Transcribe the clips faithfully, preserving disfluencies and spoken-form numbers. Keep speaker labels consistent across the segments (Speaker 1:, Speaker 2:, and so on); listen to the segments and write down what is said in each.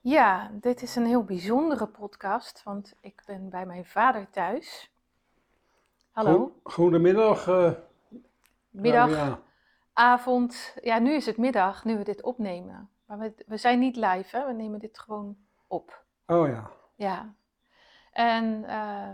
Speaker 1: Ja, dit is een heel bijzondere podcast, want ik ben bij mijn vader thuis.
Speaker 2: Goed,
Speaker 1: Hallo,
Speaker 2: goedemiddag, uh,
Speaker 1: middag,
Speaker 2: Claudia.
Speaker 1: avond. Ja, nu is het middag, nu we dit opnemen. Maar we, we zijn niet live, hè? We nemen dit gewoon op.
Speaker 2: Oh ja,
Speaker 1: Ja, en eh,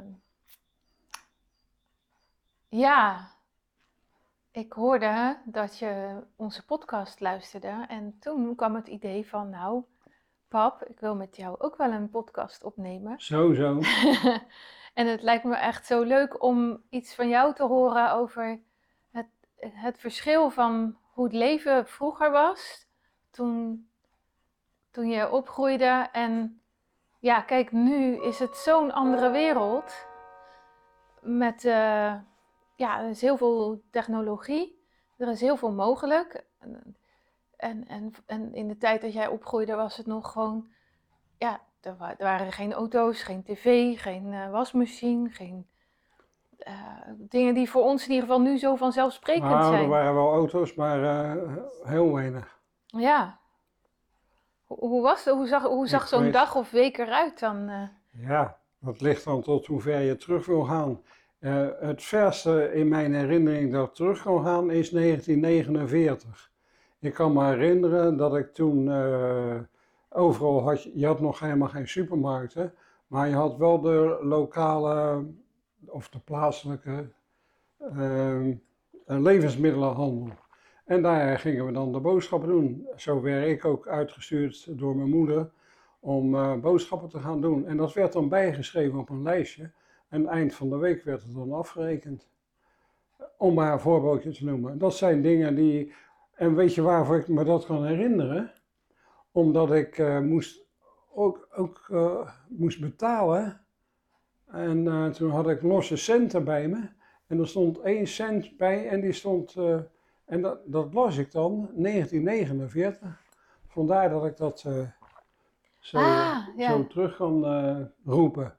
Speaker 1: ja, ik hoorde dat je onze podcast luisterde. En toen kwam het idee van, nou, pap, ik wil met jou ook wel een podcast opnemen.
Speaker 2: zo zo.
Speaker 1: En het lijkt me echt zo leuk om iets van jou te horen over het, het verschil van hoe het leven vroeger was, toen, toen je opgroeide. En ja, kijk, nu is het zo'n andere wereld. Met, uh, ja, er is heel veel technologie, er is heel veel mogelijk. En, en, en, en in de tijd dat jij opgroeide was het nog gewoon, ja, er, wa- er waren geen auto's, geen tv, geen uh, wasmachine, geen uh, dingen die voor ons in ieder geval nu zo vanzelfsprekend
Speaker 2: Nou, er
Speaker 1: zijn.
Speaker 2: waren wel auto's, maar uh, heel weinig.
Speaker 1: Ja, hoe, hoe was het? Hoe zag, hoe
Speaker 2: Ik
Speaker 1: zag zo'n
Speaker 2: weet,
Speaker 1: dag of week eruit dan? Uh?
Speaker 2: ja, dat ligt dan tot hoe ver je terug wil gaan. Uh, het verste in mijn herinnering dat ik terug kan gaan is negentien negenenveertig. Ik kan me herinneren dat ik toen uh, overal had, je, je had nog helemaal geen supermarkten, maar je had wel de lokale of de plaatselijke uh, levensmiddelenhandel. En daar gingen we dan de boodschappen doen. Zo werd ik ook uitgestuurd door mijn moeder om uh, boodschappen te gaan doen. En dat werd dan bijgeschreven op een lijstje. En eind van de week werd het dan afgerekend. Om maar een voorbeeldje te noemen. Dat zijn dingen die... En weet je waarvoor ik me dat kan herinneren? Omdat ik uh, moest ook, ook uh, moest betalen. En uh, toen had ik losse centen bij me. En er stond één cent bij en die stond... Uh, en dat, dat las ik dan, negentien negenenveertig. Vandaar dat ik dat uh, zo,
Speaker 1: Ah,
Speaker 2: zo
Speaker 1: ja.
Speaker 2: terug kan uh, roepen.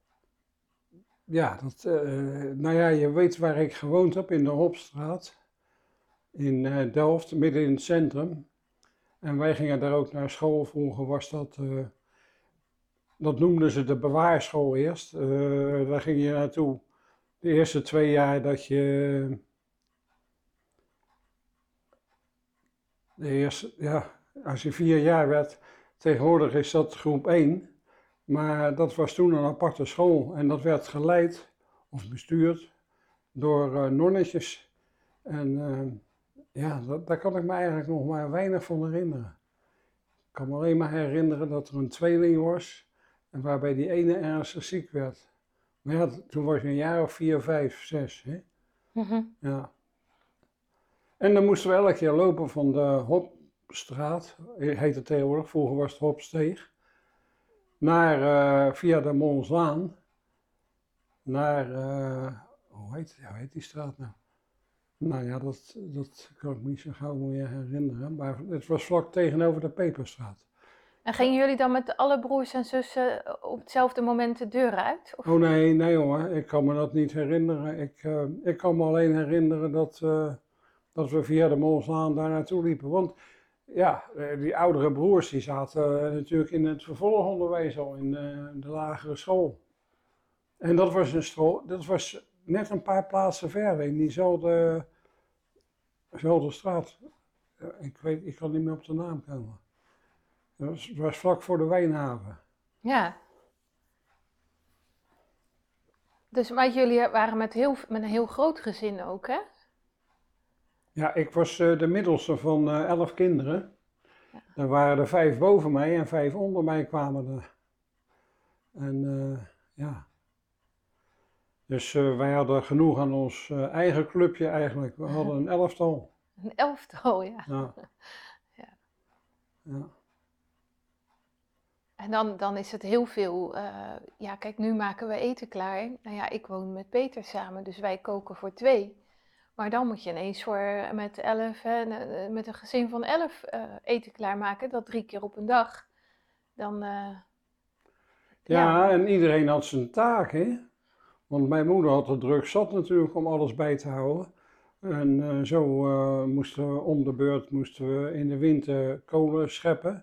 Speaker 2: Ja, dat, uh, nou ja, je weet waar ik gewoond heb, in de Hopstraat. In uh, Delft, midden in het centrum. En wij gingen daar ook naar school. Vroeger was dat... Uh, dat noemden ze de bewaarschool eerst. Uh, daar ging je naartoe. De eerste twee jaar dat je... De eerste, ja, als je vier jaar werd, tegenwoordig is dat groep één. Maar dat was toen een aparte school en dat werd geleid of bestuurd door uh, nonnetjes. En uh, ja, dat, daar kan ik me eigenlijk nog maar weinig van herinneren. Ik kan me alleen maar herinneren dat er een tweeling was en waarbij die ene ernstig ziek werd. Maar ja, toen was je een jaar of vier, vijf, zes. Hè?
Speaker 1: Mm-hmm.
Speaker 2: Ja. En dan moesten we elke keer lopen van de Hopstraat, heet het tegenwoordig, vroeger was het Hopsteeg, naar, uh, via de Monslaan, naar, uh, hoe, heet, hoe heet die straat nou? Nou ja, dat, dat kan ik me niet zo gauw meer herinneren, maar het was vlak tegenover de Peperstraat.
Speaker 1: En gingen jullie dan met alle broers en zussen op hetzelfde moment de deur uit? Of?
Speaker 2: Oh nee, nee hoor, ik kan me dat niet herinneren. Ik, uh, ik kan me alleen herinneren dat, uh, dat we via de Monslaan daar naartoe liepen. Want ja, die oudere broers die zaten uh, natuurlijk in het vervolgonderwijs al, in uh, de lagere school. En dat was, een stro- dat was net een paar plaatsen verder, in diezelfde, diezelfde straat. Uh, ik weet, ik kan niet meer op de naam komen. Het was, het was vlak voor de Wijnhaven.
Speaker 1: Ja. Dus, maar jullie waren met, heel, met een heel groot gezin ook, hè?
Speaker 2: Ja, ik was uh, de middelste van uh, elf kinderen.
Speaker 1: Ja.
Speaker 2: Er waren er vijf boven mij en vijf onder mij kwamen er. En uh, ja. Dus uh, wij hadden genoeg aan ons uh, eigen clubje eigenlijk. We hadden een elftal.
Speaker 1: Een elftal, ja.
Speaker 2: Ja.
Speaker 1: Ja.
Speaker 2: Ja.
Speaker 1: En dan, dan is het heel veel, uh, ja kijk, nu maken we eten klaar. Nou ja, ik woon met Peter samen, dus wij koken voor twee. Maar dan moet je ineens voor met elf, hè, met een gezin van elf uh, eten klaarmaken. Dat drie keer op een dag. Dan, uh,
Speaker 2: ja,
Speaker 1: ja.
Speaker 2: en iedereen had zijn taak, hè. Want mijn moeder had er druk zat natuurlijk om alles bij te houden. En uh, zo uh, moesten we om de beurt moesten we in de winter kolen scheppen.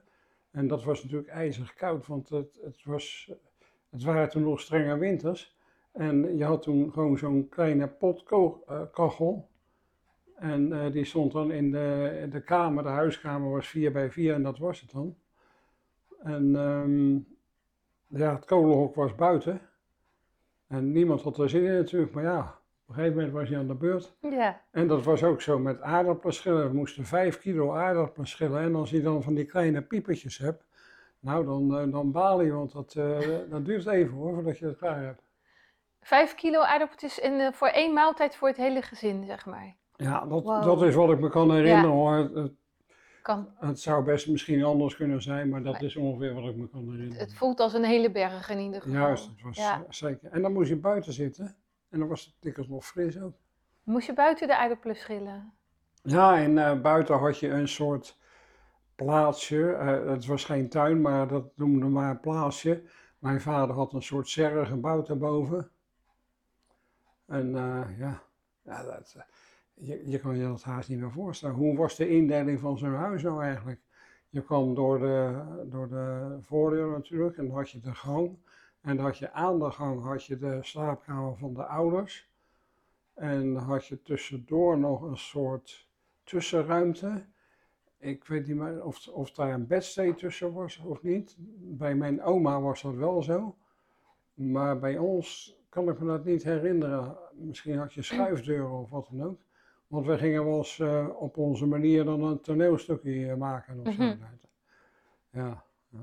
Speaker 2: En dat was natuurlijk ijzig koud, want het, het, was, het waren toen nog strenge winters. En je had toen gewoon zo'n kleine potkachel. En uh, die stond dan in de, de kamer, de huiskamer was vier bij vier en dat was het dan. En um, ja, het kolenhok was buiten. En niemand had er zin in natuurlijk, maar ja, op een gegeven moment was hij aan de beurt.
Speaker 1: Ja.
Speaker 2: En dat was ook zo met aardappelschillen. We moesten vijf kilo aardappelschillen. En als je dan van die kleine piepertjes hebt, nou dan, uh, dan baal je, want dat, uh, dat duurt even hoor, voordat je het klaar hebt.
Speaker 1: Vijf kilo aardappeltjes in, uh, voor één maaltijd voor het hele gezin, zeg maar.
Speaker 2: Ja, dat,
Speaker 1: Wow.
Speaker 2: dat is wat ik me kan herinneren
Speaker 1: Ja.
Speaker 2: hoor. Het, het,
Speaker 1: Kan.
Speaker 2: het zou best misschien anders kunnen zijn, maar dat
Speaker 1: Maar
Speaker 2: is ongeveer wat ik me kan herinneren.
Speaker 1: Het voelt als een hele berg in ieder geval.
Speaker 2: Juist, het was
Speaker 1: Ja.
Speaker 2: uh, zeker. En dan moest je buiten zitten en dan was het dikwijls nog fris ook.
Speaker 1: Moest je buiten de aardappelen schillen?
Speaker 2: Ja, en uh, buiten had je een soort plaatsje. Uh, het was geen tuin, maar dat noemde maar een plaatsje. Mijn vader had een soort serre gebouwd daarboven. En uh, ja, ja dat, uh, je, je kan je dat haast niet meer voorstellen. Hoe was de indeling van zo'n huis nou eigenlijk? Je kwam door de, door de voordeur natuurlijk en dan had je de gang. En dan had je aan de gang had je de slaapkamer van de ouders. En dan had je tussendoor nog een soort tussenruimte. Ik weet niet meer of, of daar een bedstee tussen was of niet. Bij mijn oma was dat wel zo. Maar bij ons kan ik me dat niet herinneren. Misschien had je schuifdeuren of wat dan ook. Want we gingen wel eens uh, op onze manier dan een toneelstukje maken of zo.
Speaker 1: Mhm.
Speaker 2: Ja, ja.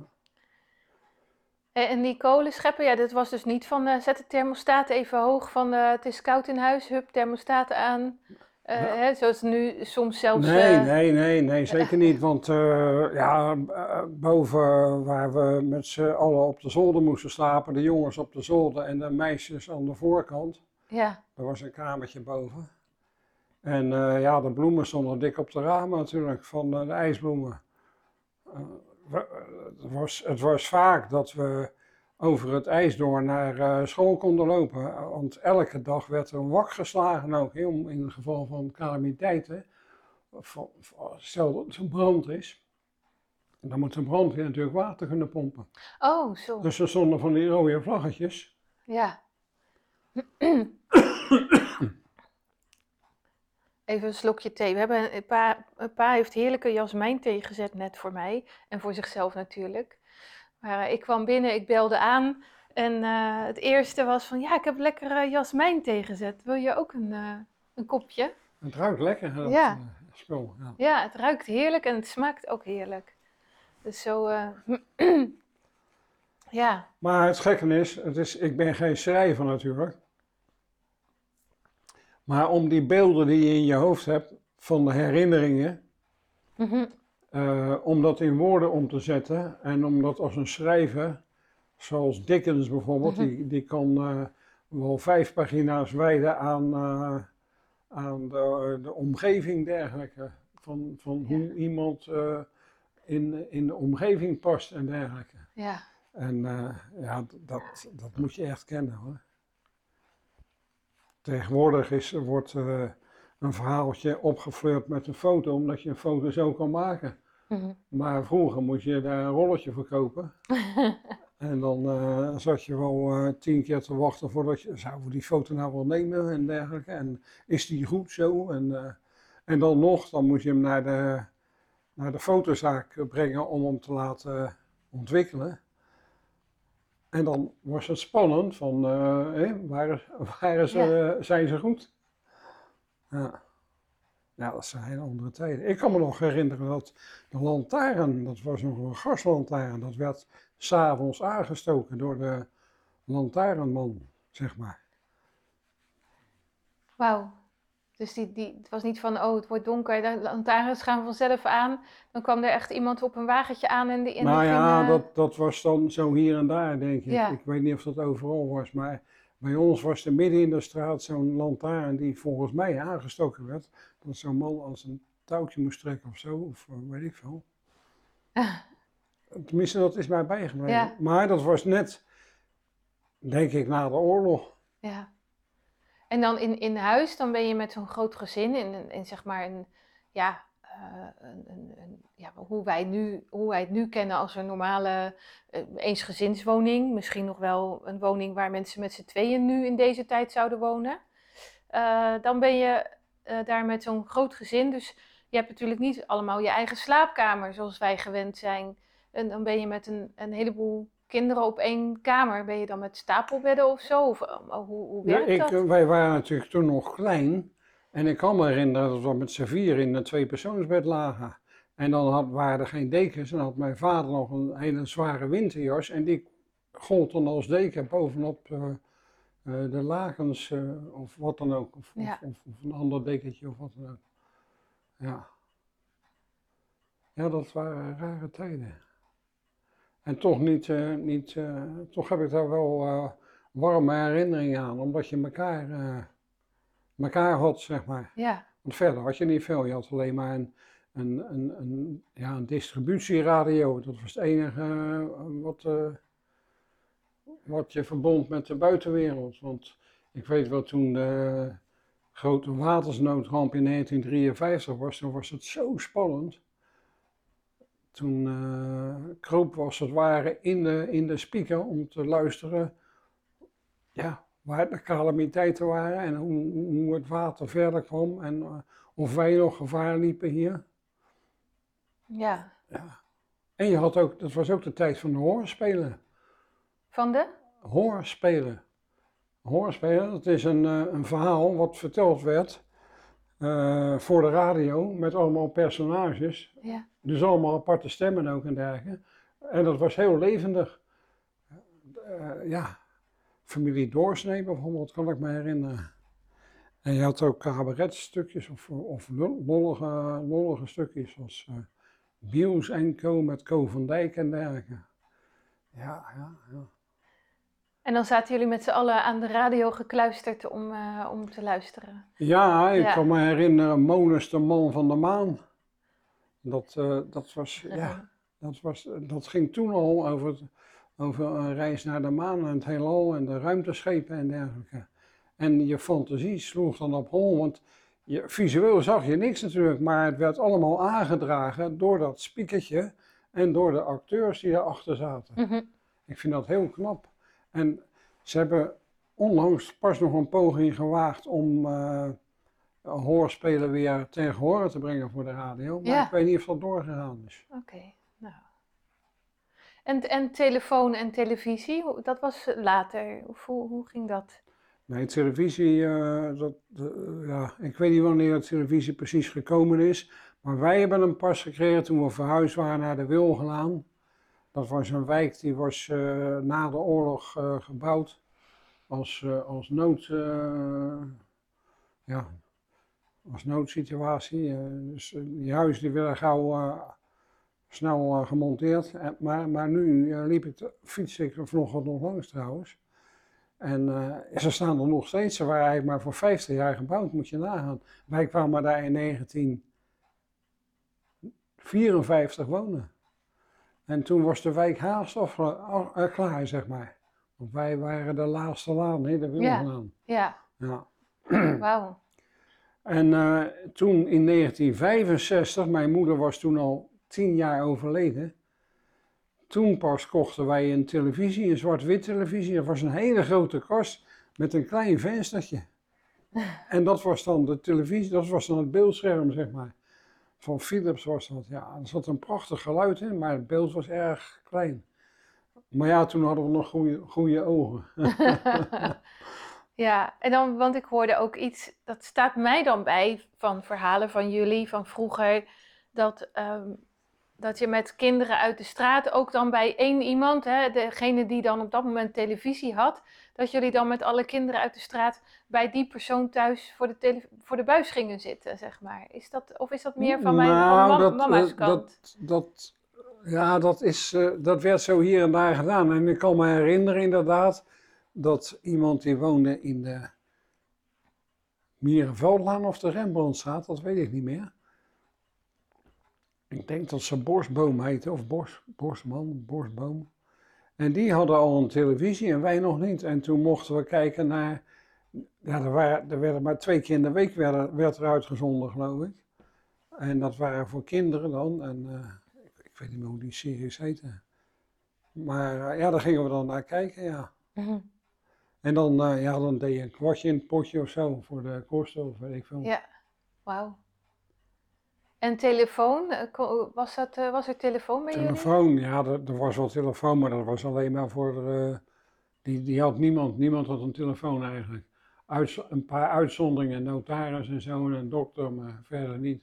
Speaker 1: En die kolenschepper, ja, dat was dus niet van uh, zet de thermostaat even hoog van uh, het is koud in huis, hup, thermostaat aan. Uh,
Speaker 2: Ja.
Speaker 1: hè, zoals nu soms zelfs...
Speaker 2: Nee,
Speaker 1: uh,
Speaker 2: nee, nee, nee, zeker niet. Want uh, ja, uh, boven waar we met z'n allen op de zolder moesten slapen, de jongens op de zolder en de meisjes aan de voorkant.
Speaker 1: Ja.
Speaker 2: Er was een kamertje boven. En uh, ja, de bloemen stonden dik op de ramen natuurlijk, van uh, de ijsbloemen. Uh, we, het, was, het was vaak dat we over het ijs door naar uh, school konden lopen. Want elke dag werd er een wak geslagen ook, he, om in het geval van calamiteiten. Van, van, stel dat het een brand is, dan moet de brandweer natuurlijk water kunnen pompen.
Speaker 1: Oh, zo.
Speaker 2: Dus er stonden van die rode vlaggetjes.
Speaker 1: Ja. Even een slokje thee. We hebben een pa, een pa heeft heerlijke jasmijnthee gezet net voor mij. En voor zichzelf natuurlijk. Maar uh, ik kwam binnen, ik belde aan. En uh, het eerste was van, ja, ik heb lekkere jasmijnthee gezet. Wil je ook een, uh, een kopje?
Speaker 2: Het ruikt lekker, dat
Speaker 1: ja.
Speaker 2: uh, spul. Ja.
Speaker 1: Ja, het ruikt heerlijk en het smaakt ook heerlijk. Dus zo, uh, ja.
Speaker 2: Maar het gekke is, het is, ik ben geen schrijver natuurlijk. Maar om die beelden die je in je hoofd hebt, van de herinneringen,
Speaker 1: Mm-hmm.
Speaker 2: uh, om dat in woorden om te zetten en om dat als een schrijver, zoals Dickens bijvoorbeeld, mm-hmm. die, die kan uh, wel vijf pagina's wijden aan, uh, aan de, de omgeving dergelijke, van, van ja. hoe iemand uh, in, in de omgeving past en dergelijke.
Speaker 1: Ja.
Speaker 2: En uh, ja, dat, dat moet je echt kennen hoor. Tegenwoordig is, wordt uh, een verhaaltje opgefleurd met een foto, omdat je een foto zo kan maken. Mm-hmm. Maar vroeger moest je daar een rolletje voor kopen. En dan uh, zat je wel uh, tien keer te wachten voordat je, zou we die foto nou wel nemen en dergelijke. En is die goed zo? En, uh, en dan nog, dan moest je hem naar de, naar de fotozaak brengen om hem te laten ontwikkelen. En dan was het spannend van, uh, eh, waren, waren ze, ja. uh, zijn ze goed? Ja. ja, dat zijn hele andere tijden. Ik kan me nog herinneren dat de lantaarn, dat was nog een gaslantaarn, dat werd 's avonds aangestoken door de lantaarnman, zeg maar.
Speaker 1: Wauw. Dus die, die, het was niet van, oh, het wordt donker, de lantaarns gaan vanzelf aan. Dan kwam er echt iemand op een wagentje aan en die... En
Speaker 2: nou
Speaker 1: die
Speaker 2: ja,
Speaker 1: ging, uh...
Speaker 2: dat, dat was dan zo hier en daar, denk ik.
Speaker 1: Ja.
Speaker 2: Ik weet niet of dat overal was, maar bij ons was er midden in de straat zo'n lantaarn die volgens mij aangestoken werd. Dat zo'n man als een touwtje moest trekken of zo, of weet ik veel. Tenminste, dat is mij bijgebleven.
Speaker 1: Ja.
Speaker 2: Maar dat was net, denk ik, na de oorlog.
Speaker 1: Ja. En dan in, in huis, dan ben je met zo'n groot gezin, in, in zeg maar een, ja, een, een, een, ja, hoe, wij nu, hoe wij het nu kennen als een normale uh, eensgezinswoning. Misschien nog wel een woning waar mensen met z'n tweeën nu in deze tijd zouden wonen. Uh, dan ben je uh, daar met zo'n groot gezin. Dus je hebt natuurlijk niet allemaal je eigen slaapkamer zoals wij gewend zijn. En dan ben je met een, een heleboel kinderen op één kamer. Ben je dan met stapelbedden of zo? Of, uh, hoe, hoe werkt
Speaker 2: ja, ik,
Speaker 1: dat?
Speaker 2: Wij waren natuurlijk toen nog klein. En ik kan me herinneren dat we met z'n vier in een tweepersoonsbed lagen. En dan had, waren er geen dekens. En dan had mijn vader nog een hele zware winterjas. En die gold dan als deken bovenop uh, uh, de lakens uh, of wat dan ook. Of, ja. of, of, of een ander dekentje of wat dan ook. Ja. Ja, dat waren rare tijden. En toch niet, uh, niet uh, toch heb ik daar wel uh, warme herinneringen aan. Omdat je elkaar, uh, elkaar had, zeg maar.
Speaker 1: Ja.
Speaker 2: Want verder had je niet veel. Je had alleen maar een, een, een, een, ja, een distributieradio. Dat was het enige uh, wat, uh, wat je verbond met de buitenwereld. Want ik weet wel, toen de grote watersnoodramp in negentien drieënvijftig was, toen was het zo spannend. Toen uh, kroop we als het ware in de, in de speaker om te luisteren, ja, waar de calamiteiten waren en hoe, hoe het water verder kwam en uh, of wij nog gevaar liepen hier.
Speaker 1: Ja.
Speaker 2: Ja. En je had ook, dat was ook de tijd van de hoorspelen.
Speaker 1: Van de?
Speaker 2: Hoorspelen. Hoorspelen, dat is een, uh, een verhaal wat verteld werd uh, voor de radio met allemaal personages.
Speaker 1: Ja.
Speaker 2: Dus allemaal aparte stemmen ook en dergelijke. En dat was heel levendig. Uh, ja, familie Doorsnee bijvoorbeeld, kan ik me herinneren. En je had ook cabaretstukjes of, of lollige, lollige stukjes zoals uh, Biels en Co met Co van Dijk en dergelijke. Ja, ja, ja.
Speaker 1: En dan zaten jullie met z'n allen aan de radio gekluisterd om, uh, om te luisteren?
Speaker 2: Ja, ik
Speaker 1: ja.
Speaker 2: kan me herinneren Mones de Man van de Maan. Dat, uh, dat, was, ja, dat, was, dat ging toen al over, het, over een reis naar de maan en het heelal en de ruimteschepen en dergelijke. En je fantasie sloeg dan op hol, want je, visueel zag je niks natuurlijk, maar het werd allemaal aangedragen door dat speakertje en door de acteurs die erachter zaten.
Speaker 1: Mm-hmm.
Speaker 2: Ik vind dat heel knap. En ze hebben onlangs pas nog een poging gewaagd om uh, hoorspelen weer tegen horen te brengen voor de radio, maar ja. Ik weet niet of dat doorgegaan is.
Speaker 1: Oké, okay, nou. En, en telefoon en televisie, dat was later, hoe, hoe ging dat?
Speaker 2: Nee, televisie, uh, dat, uh, ja, ik weet niet wanneer de televisie precies gekomen is, maar wij hebben hem pas gekregen toen we verhuisd waren naar de Wilgelaan. Dat was een wijk die was uh, na de oorlog uh, gebouwd als, uh, als nood, uh, ja, als noodsituatie. Uh, dus uh, die huizen die werden gauw uh, snel uh, gemonteerd. En, maar, maar nu uh, liep ik, fiets ik vanochtend nog langs trouwens. En uh, ze staan er nog steeds. Ze waren eigenlijk maar voor vijftig jaar gebouwd, moet je nagaan. Wij kwamen daar in negentien vierenvijftig wonen. En toen was de wijk haast of, uh, uh, klaar, zeg maar. Want wij waren de laatste laan, nee, de Wilgelaan.
Speaker 1: Ja,
Speaker 2: ja.
Speaker 1: ja. Wauw.
Speaker 2: En uh, toen in negentien vijfenzestig, mijn moeder was toen al tien jaar overleden. Toen pas kochten wij een televisie, een zwart-wit televisie. Dat was een hele grote kast met een klein venstertje. En dat was dan de televisie, dat was dan het beeldscherm, zeg maar. Van Philips was dat, ja. Er zat een prachtig geluid in, maar het beeld was erg klein. Maar ja, toen hadden we nog goede, goede ogen.
Speaker 1: Ja, en dan, want ik hoorde ook iets, dat staat mij dan bij van verhalen van jullie, van vroeger, dat, um, dat je met kinderen uit de straat, ook dan bij één iemand, hè, degene die dan op dat moment televisie had, dat jullie dan met alle kinderen uit de straat bij die persoon thuis voor de, tele- voor de buis gingen zitten, zeg maar. Is dat, of is dat meer van mijn
Speaker 2: nou,
Speaker 1: van mam-
Speaker 2: dat,
Speaker 1: mama's
Speaker 2: uh,
Speaker 1: kant?
Speaker 2: Dat, dat, ja, dat, is, uh, dat werd zo hier en daar gedaan. En ik kan me herinneren inderdaad dat iemand die woonde in de Mierenveldlaan of de Rembrandtstraat, dat weet ik niet meer. Ik denk dat ze Borstboom heette, of Bos, Borstman, Borstboom. En die hadden al een televisie en wij nog niet. En toen mochten we kijken naar, ja, er, waren, er werden maar twee keer in de week werd, werd er uitgezonden, geloof ik. En dat waren voor kinderen dan. En uh, ik, ik weet niet meer hoe die series heten. Maar uh, ja, daar gingen we dan naar kijken, ja.
Speaker 1: Mm-hmm.
Speaker 2: En dan, uh, ja, dan deed je een kwartje in het potje of zo voor de kosten of weet ik veel.
Speaker 1: Ja, wauw. En telefoon, was, dat, uh, was er telefoon bij
Speaker 2: telefoon,
Speaker 1: jullie?
Speaker 2: Ja, er, er was wel telefoon, maar dat was alleen maar voor, uh, die, die had niemand, niemand had een telefoon eigenlijk. Uit, een paar uitzonderingen, notaris en zo en een dokter, maar verder niet.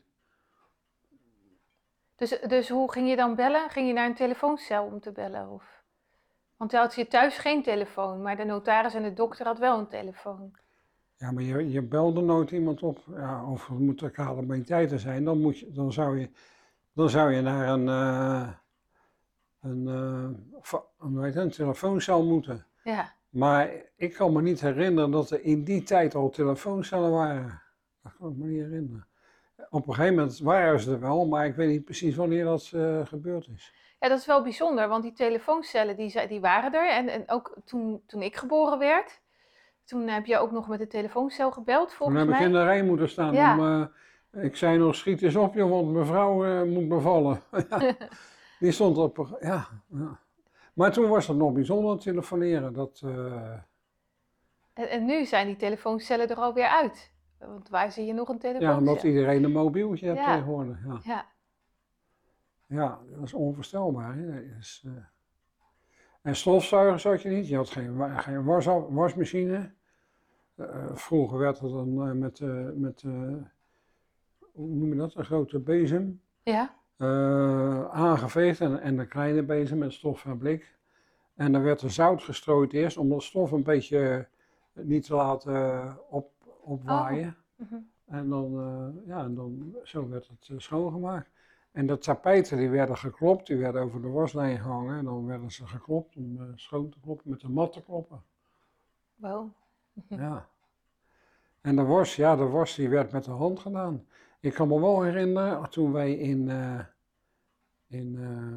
Speaker 1: Dus, dus hoe ging je dan bellen? Ging je naar een telefooncel om te bellen? Of? Want je had je thuis geen telefoon, maar de notaris en de dokter had wel een telefoon.
Speaker 2: Ja, maar je, je belde nooit iemand op. Ja, of het moeten calamiteiten zijn, dan, moet je, dan, zou je, dan zou je naar een, uh, een, uh, een, weet je, een telefooncel moeten.
Speaker 1: Ja.
Speaker 2: Maar ik kan me niet herinneren dat er in die tijd al telefooncellen waren. Dat kan ik me niet herinneren. Op een gegeven moment waren ze er wel, maar ik weet niet precies wanneer dat uh, gebeurd is.
Speaker 1: Ja, dat is wel bijzonder, want die telefooncellen die, die waren er. En, en ook toen, toen ik geboren werd, toen heb je ook nog met de telefooncel gebeld, volgens mij.
Speaker 2: Toen heb ik in de rij moeten staan.
Speaker 1: Ja.
Speaker 2: Om, uh, ik zei nog, schiet eens op, joh, want mevrouw uh, moet bevallen. Ja, die stond op, ja, ja. Maar toen was het nog bijzonder telefoneren. Dat, uh...
Speaker 1: en, en nu zijn die telefooncellen er alweer uit. Want waar zie je nog een telefooncel?
Speaker 2: Ja, omdat iedereen een mobieltje heeft
Speaker 1: ja.
Speaker 2: tegenwoordig. Ja.
Speaker 1: Ja.
Speaker 2: Ja, dat is onvoorstelbaar. Hè? Dat is, uh... En stofzuigers had je niet, je had geen, geen was, wasmachine. Uh, vroeger werd het dan uh, met, uh, met uh, hoe noem je dat, een grote bezem.
Speaker 1: Ja.
Speaker 2: Uh, aangeveegd en, en een kleine bezem met stof en blik. En dan werd er zout gestrooid eerst om dat stof een beetje niet te laten op, opwaaien.
Speaker 1: Oh. Mm-hmm.
Speaker 2: En dan, uh, ja, en dan, zo werd het uh, schoongemaakt. En de tapijten die werden geklopt, die werden over de waslijn gehangen. En dan werden ze geklopt om uh, schoon te kloppen, met de mat te kloppen.
Speaker 1: Wow.
Speaker 2: Ja. En de was, ja, de was die werd met de hand gedaan. Ik kan me wel herinneren, toen wij in, uh, in uh,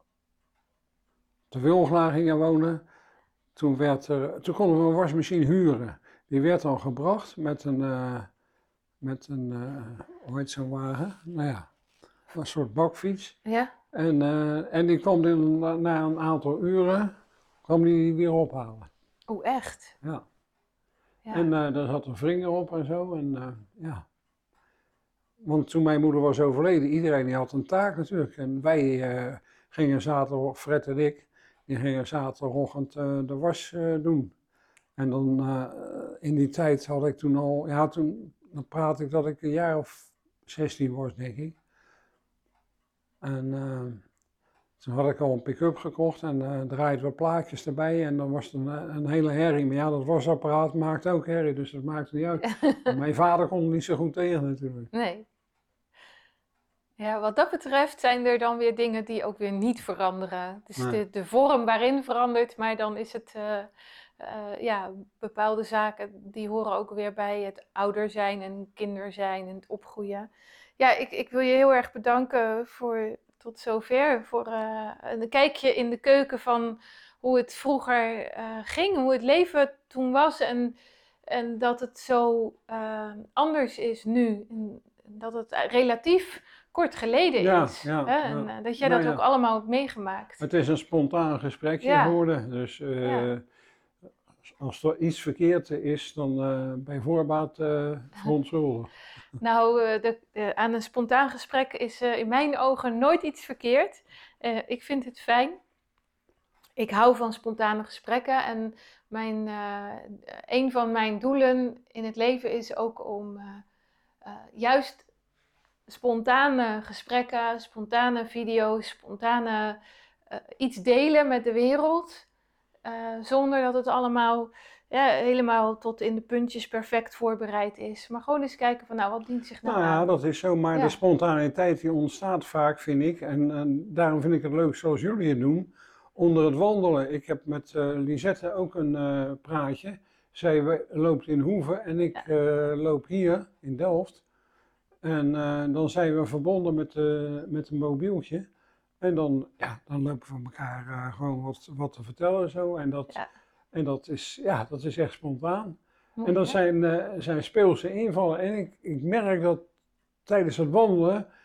Speaker 2: de Wilglaar gingen wonen, toen, werd er, toen konden we een wasmachine huren. Die werd dan gebracht met een, uh, met een uh, hoe heet zo'n wagen? Nou ja, een soort bakfiets.
Speaker 1: Ja.
Speaker 2: En, uh, en die kwam in, na een aantal uren, kwam die weer ophalen.
Speaker 1: Oh, echt?
Speaker 2: Ja.
Speaker 1: Ja.
Speaker 2: En uh, daar zat een vinger op en zo. En, uh, ja. Want toen mijn moeder was overleden, iedereen die had een taak natuurlijk. En wij uh, gingen zaterdag, Fred en ik, die gingen zaterdagochtend uh, de was uh, doen. En dan uh, in die tijd had ik toen al, ja toen dan praat ik dat ik een jaar of zestien was denk ik. En uh, toen had ik al een pick-up gekocht en uh, draaiden we plaatjes erbij en dan was het een, een hele herrie. Maar ja, dat wasapparaat maakte ook herrie, dus dat maakte niet uit. Mijn vader kon er niet zo goed tegen natuurlijk.
Speaker 1: Nee. Ja, wat dat betreft zijn er dan weer dingen die ook weer niet veranderen. Dus
Speaker 2: Nee.
Speaker 1: de, de vorm waarin verandert, maar dan is het, uh, uh, ja, bepaalde zaken die horen ook weer bij het ouder zijn en kinder zijn en het opgroeien. Ja, ik, ik wil je heel erg bedanken voor tot zover, voor uh, een kijkje in de keuken van hoe het vroeger uh, ging, hoe het leven toen was en, en dat het zo uh, anders is nu. En dat het relatief kort geleden
Speaker 2: Ja,
Speaker 1: is.
Speaker 2: ja,
Speaker 1: hè?
Speaker 2: ja.
Speaker 1: En uh, dat jij
Speaker 2: Nou
Speaker 1: dat
Speaker 2: ja.
Speaker 1: ook allemaal hebt meegemaakt.
Speaker 2: Het is een spontaan gesprekje
Speaker 1: Ja.
Speaker 2: geworden, dus uh,
Speaker 1: Ja.
Speaker 2: als er iets verkeerd is, dan uh, bij voorbaat uh, verontschuldigd.
Speaker 1: Nou, uh, de, uh, aan een spontaan gesprek is uh, in mijn ogen nooit iets verkeerd. Uh, ik vind het fijn. Ik hou van spontane gesprekken en mijn, uh, een van mijn doelen in het leven is ook om uh, uh, juist spontane gesprekken, spontane video's, spontane uh, iets delen met de wereld. Uh, zonder dat het allemaal ja, helemaal tot in de puntjes perfect voorbereid is. Maar gewoon eens kijken van nou, wat dient zich nou,
Speaker 2: Nou ja,
Speaker 1: aan?
Speaker 2: dat is zo, maar
Speaker 1: Ja.
Speaker 2: de spontaniteit die ontstaat vaak, vind ik. En, en daarom vind ik het leuk zoals jullie het doen, onder het wandelen. Ik heb met uh, Lisette ook een uh, praatje. Zij loopt in Hoeve en ik
Speaker 1: Ja.
Speaker 2: uh, loop hier in Delft. En uh, dan zijn we verbonden met, uh, met een mobieltje. En dan, ja, dan lopen we elkaar uh, gewoon wat, wat te vertellen en zo. En dat,
Speaker 1: Ja.
Speaker 2: en dat, is, ja, dat is echt spontaan.
Speaker 1: Mooi,
Speaker 2: En dat
Speaker 1: hè?
Speaker 2: zijn, uh, zijn speelse invallen. En ik, ik merk dat tijdens het wandelen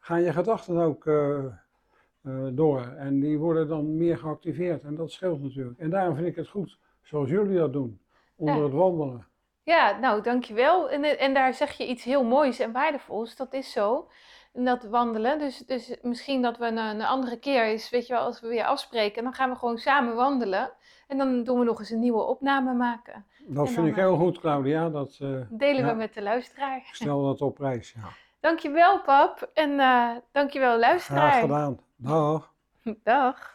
Speaker 2: gaan je gedachten ook uh, uh, door. En die worden dan meer geactiveerd. En dat scheelt natuurlijk. En daarom vind ik het goed, zoals jullie dat doen, onder
Speaker 1: Ja.
Speaker 2: het wandelen.
Speaker 1: Ja, nou, dankjewel. En, en daar zeg je iets heel moois en waardevols. Dat is zo. En dat wandelen. Dus, dus misschien dat we een, een andere keer is, weet je wel, als we weer afspreken, dan gaan we gewoon samen wandelen. En dan doen we nog eens een nieuwe opname maken.
Speaker 2: Dat
Speaker 1: en
Speaker 2: vind
Speaker 1: dan,
Speaker 2: ik heel goed, Claudia. Dat uh,
Speaker 1: delen
Speaker 2: ja,
Speaker 1: we met de luisteraar.
Speaker 2: stel dat op prijs, ja.
Speaker 1: Dankjewel, pap. En uh, dankjewel, luisteraar.
Speaker 2: Graag gedaan. Dag.
Speaker 1: Dag.